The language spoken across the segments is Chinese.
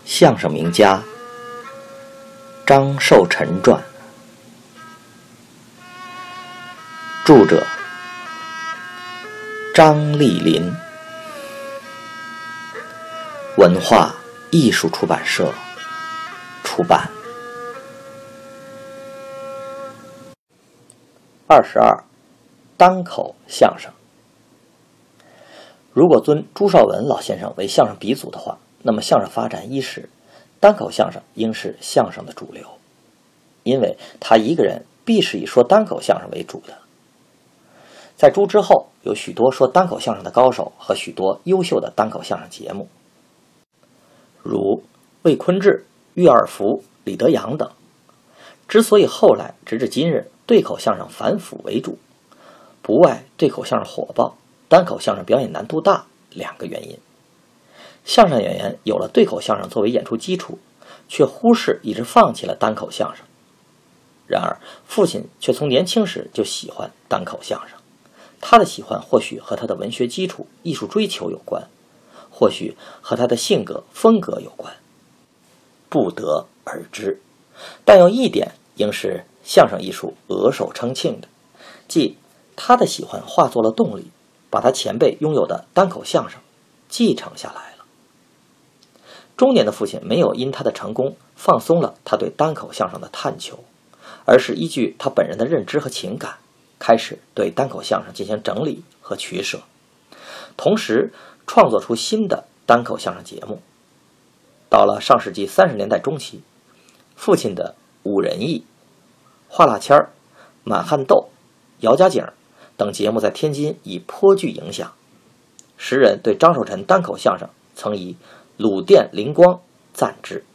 相声名家张寿臣传，著者张丽林，文化艺术出版社出版。22单口相声。如果尊朱绍文老先生为相声鼻祖的话，那么相声发展伊始，单口相声应是相声的主流，因为他一个人必是以说单口相声为主的。在朱之后，有许多说单口相声的高手和许多优秀的单口相声节目，如魏坤志、岳二福、李德阳等。之所以后来直至今日对口相声反腐为主，不外对口相声火爆，单口相声表演难度大两个原因。相声演员有了对口相声作为演出基础，却忽视以致放弃了单口相声。然而父亲却从年轻时就喜欢单口相声，他的喜欢或许和他的文学基础、艺术追求有关，或许和他的性格风格有关，不得而知。但有一点应是相声艺术额首称庆的，即他的喜欢化作了动力，把他前辈拥有的单口相声继承下来了。中年的父亲没有因他的成功放松了他对单口相声的探求，而是依据他本人的认知和情感，开始对单口相声进行整理和取舍，同时创作出新的单口相声节目。到了上世纪30年代中期，父亲的五仁义、花蜡签、满汉豆、姚家井等节目在天津已颇具影响。时人对张寿臣单口相声曾以鲁电灵光赞之。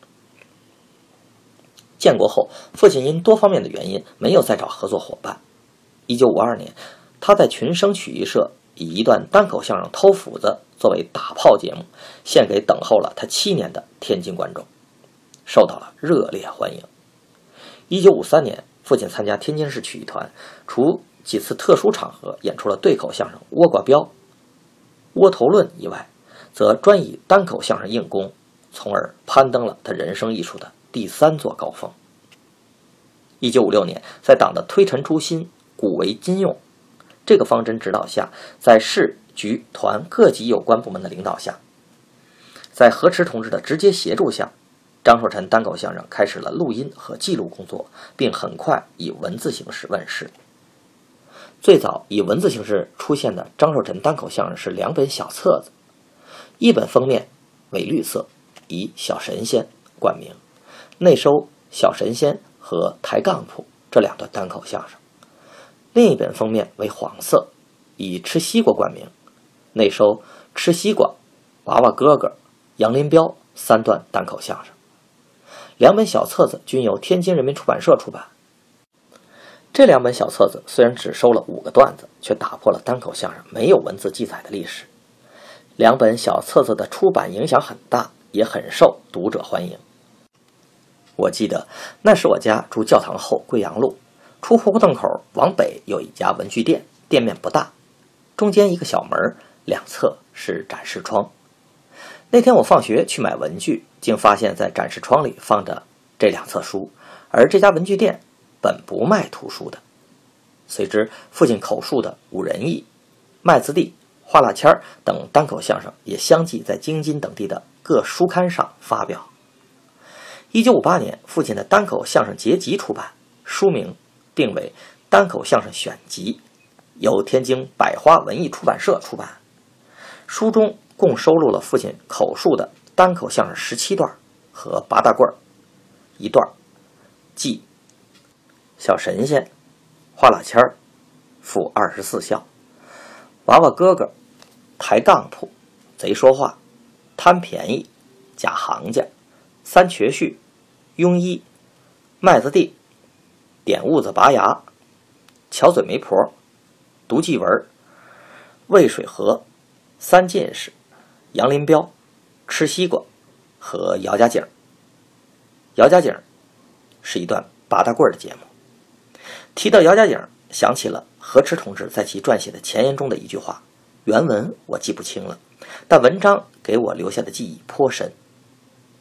建国后，父亲因多方面的原因没有再找合作伙伴。1952年，他在群生曲艺社以一段单口相声《偷斧子》作为打炮节目，献给等候了他7年的天津观众，受到了热烈欢迎。1953年，父亲参加天津市曲艺团，除几次特殊场合演出了对口相声《倭瓜镖》、《窝头论》以外，则专以单口相声硬功，从而攀登了他人生艺术的第3座高峰。1956年，在党的推陈出新、古为今用这个方针指导下，在市局团各级有关部门的领导下，在何池同志的直接协助下，张寿臣单口相声开始了录音和记录工作，并很快以文字形式问世。最早以文字形式出现的张寿臣单口相声是2本小册子，一本封面为绿色，以小神仙冠名，内收小神仙和抬杠谱这2段单口相声；另一本封面为黄色，以吃西瓜冠名，内收吃西瓜、娃娃哥哥、杨林彪3段单口相声。2本小册子均由天津人民出版社出版。这2本小册子虽然只收了5个段子，却打破了单口相声没有文字记载的历史。2本小册子的出版影响很大，也很受读者欢迎。我记得那时我家住教堂后贵阳路，出胡同口往北有一家文具店，店面不大，中间一个小门，两侧是展示窗。那天我放学去买文具，竟发现在展示窗里放着这2册书，而这家文具店本不卖图书的。随之父亲口述的五仁义、麦子地、花蜡签等单口相声也相继在京津等地的各书刊上发表。1958年，父亲的单口相声节集出版，书名定为单口相声选集，由天津百花文艺出版社出版。书中共收录了父亲口述的单口相声17段和8大棍1段，即小神仙、花蜡签、负24孝、娃娃哥哥、抬杠谱、贼说话、贪便宜、假行家、3瘸婿、庸医、麦子地、点痦子拔牙、巧嘴媒婆、读记文、渭水河、3进士、杨林彪、吃西瓜和姚家井。姚家井是一段8大棍的节目。提到姚家井，想起了何池同志在其撰写的前言中的一句话，原文我记不清了，但文章给我留下的记忆颇深。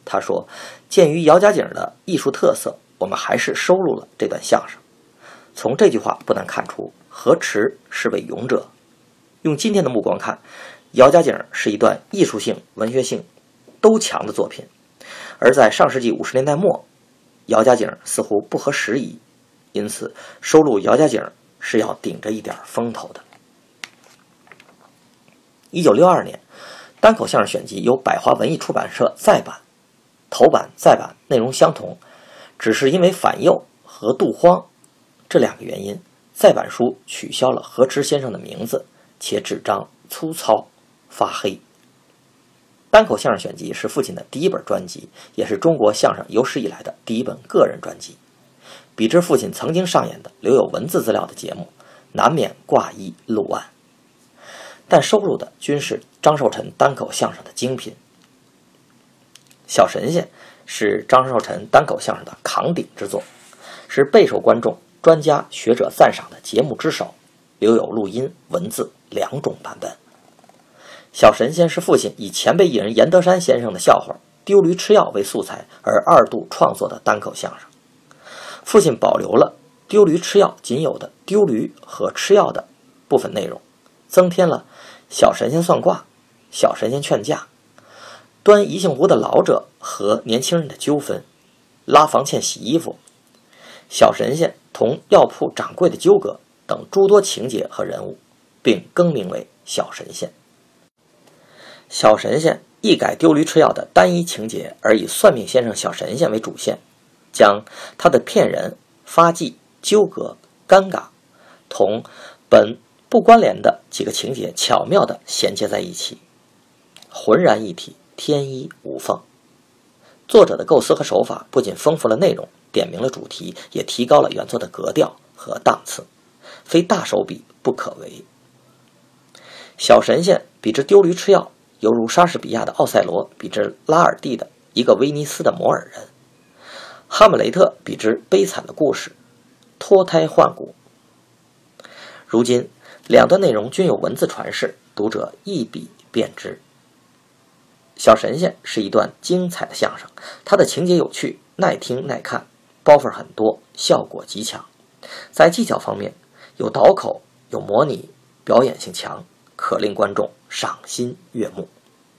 他说，鉴于姚家井的艺术特色，我们还是收录了这段相声。从这句话不难看出，何池是位勇者。用今天的目光看，姚家井是一段艺术性、文学性都强的作品，而在上世纪50年代末，姚家井似乎不合时宜，因此收录姚家井是要顶着一点风头的。1962年，单口相声选集由百华文艺出版社再版，头版再版内容相同，只是因为反右和杜荒这两个原因，再版书取消了何池先生的名字，且纸张粗糙发黑。单口相声选集是父亲的第一本专辑，也是中国相声有史以来的第一本个人专辑。比之父亲曾经上演的留有文字资料的节目，难免挂一漏万，但收录的均是张寿臣单口相声的精品。小神仙是张寿臣单口相声的扛鼎之作，是备受观众、专家学者赞赏的节目之首，留有录音、文字两种版本。小神仙是父亲以前辈艺人阎德山先生的笑话丢驴吃药为素材而二度创作的单口相声。父亲保留了丢驴吃药仅有的丢驴和吃药的部分内容，增添了小神仙算卦、小神仙劝架、端宜兴湖的老者和年轻人的纠纷、拉房欠洗衣服、小神仙同药铺掌柜的纠葛等诸多情节和人物，并更名为小神仙。小神仙一改丢驴吃药的单一情节，而以算命先生小神仙为主线，将他的骗人、发迹、纠葛、尴尬同本不关联的几个情节巧妙地衔接在一起，浑然一体，天衣无缝。作者的构思和手法不仅丰富了内容，点明了主题，也提高了原作的格调和档次，非大手笔不可为。小神仙比之丢驴吃药，犹如莎士比亚的奥赛罗比之拉尔蒂的一个威尼斯的摩尔人，哈姆雷特比之悲惨的故事，脱胎换骨。如今两段内容均有文字传世，读者一笔便知。小神仙是一段精彩的相声，它的情节有趣，耐听耐看，包袱很多，效果极强。在技巧方面，有倒口，有模拟，表演性强，可令观众赏心悦目。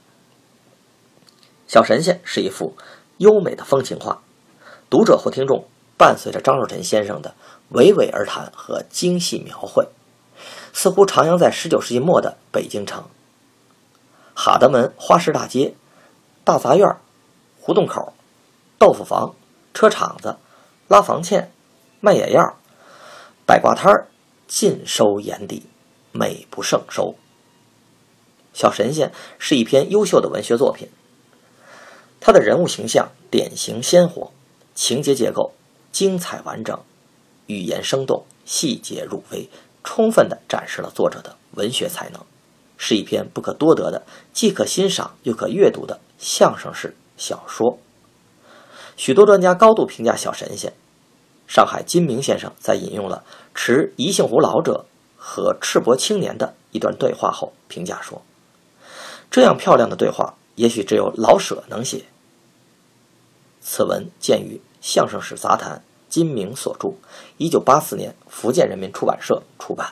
小神仙是一幅优美的风情画，读者或听众伴随着张寿臣先生的娓娓而谈和精细描绘，似乎徜徉在19世纪末的北京城。哈德门花市大街、大杂院、胡同口、豆腐房、车场子、拉房欠、卖野药、摆挂摊儿，尽收眼底，美不胜收。小神仙是一篇优秀的文学作品，他的人物形象典型鲜活，情节结构精彩完整，语言生动，细节入微，充分地展示了作者的文学才能，是一篇不可多得的既可欣赏又可阅读的相声式小说。许多专家高度评价小神仙。上海金明先生在引用了持宜兴湖老者和赤膊青年的一段对话后评价说，这样漂亮的对话也许只有老舍能写。此文见于相声史杂谈，金明所著，1984年福建人民出版社出版。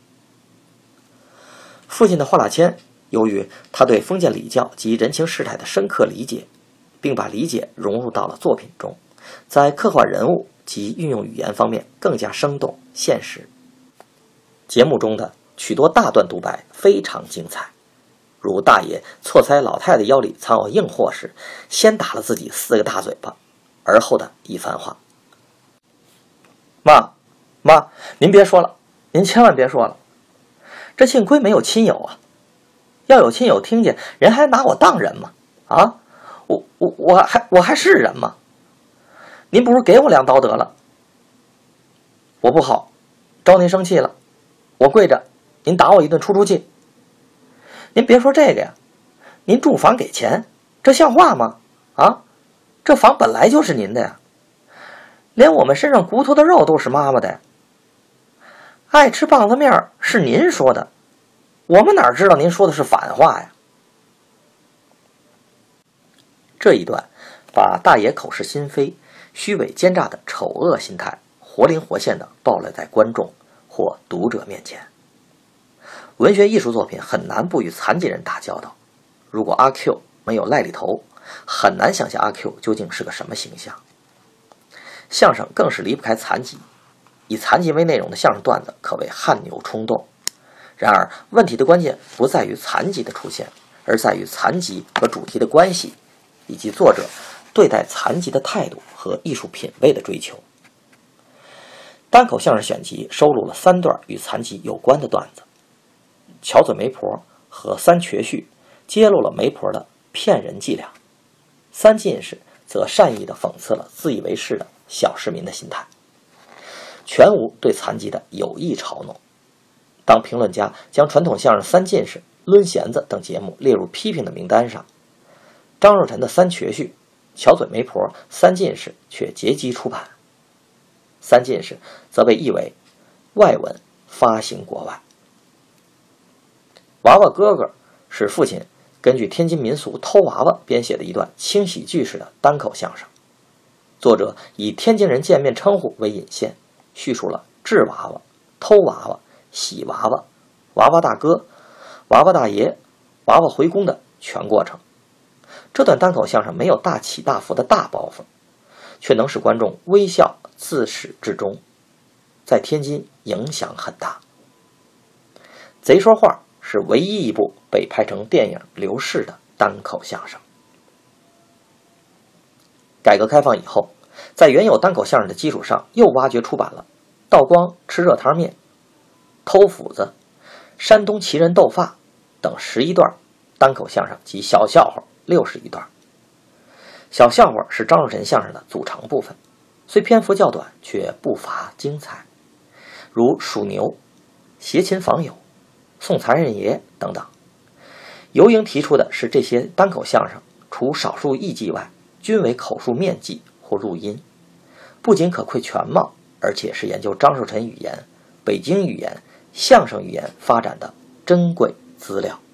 父亲的话剌谦，由于他对封建礼教及人情世态的深刻理解，并把理解融入到了作品中，在刻画人物及运用语言方面更加生动现实。节目中的许多大段独白非常精彩，如大爷错猜老太太腰里藏有硬货时，先打了自己4个大嘴巴，而后的一番话。妈，您别说了，您千万别说了，这幸亏没有亲友啊，要有亲友听见，人还拿我当人吗？啊，我还是人吗？您不如给我2刀得了。我不好，招您生气了，我跪着，您打我一顿出气。您别说这个呀，您住房给钱，这像话吗？啊，这房本来就是您的呀，连我们身上骨头的肉都是妈妈的呀。爱吃棒子面是您说的，我们哪知道您说的是反话呀？这一段把大爷口是心非、虚伪奸诈的丑恶心态活灵活现地暴露在观众或读者面前。文学艺术作品很难不与残疾人打交道，如果阿 Q 没有赖里头，很难想象阿 Q 究竟是个什么形象。相声更是离不开残疾，以残疾为内容的相声段子可谓汗牛充栋。然而问题的关键不在于残疾的出现，而在于残疾和主题的关系，以及作者对待残疾的态度和艺术品味的追求。单口相声选集收录了3段与残疾有关的段子，巧嘴媒婆和三瘸婿揭露了媒婆的骗人伎俩，三进士则善意地讽刺了自以为是的小市民的心态，全无对残疾的有意嘲弄。当评论家将传统相声三进士、抡弦子等节目列入批评的名单上，张寿臣的三瘸婿、巧嘴媒婆、三进士却结集出版。三进士则被译为外文发行国外。娃娃哥哥是父亲根据天津民俗偷娃娃编写的一段轻喜剧式的单口相声，作者以天津人见面称呼为引线，叙述了制娃娃、偷娃娃、洗娃娃、娃娃大哥、娃娃大爷、娃娃回宫的全过程。这段单口相声没有大起大伏的大包袱，却能使观众微笑自始至终，在天津影响很大。贼说话是唯一一部被拍成电影流逝的单口相声。改革开放以后，在原有单口相声的基础上，又挖掘出版了道光吃热汤面、偷斧子、山东奇人斗发等11段单口相声及小笑话61段。小笑话是张寿臣相声的组成部分，虽篇幅较短，却不乏精彩，如属牛、挟琴访友、送财神爷等等。尤英提出的是，这些单口相声除少数艺伎外，均为口述面记或录音，不仅可窥全貌，而且是研究张寿臣语言、北京语言、相声语言发展的珍贵资料。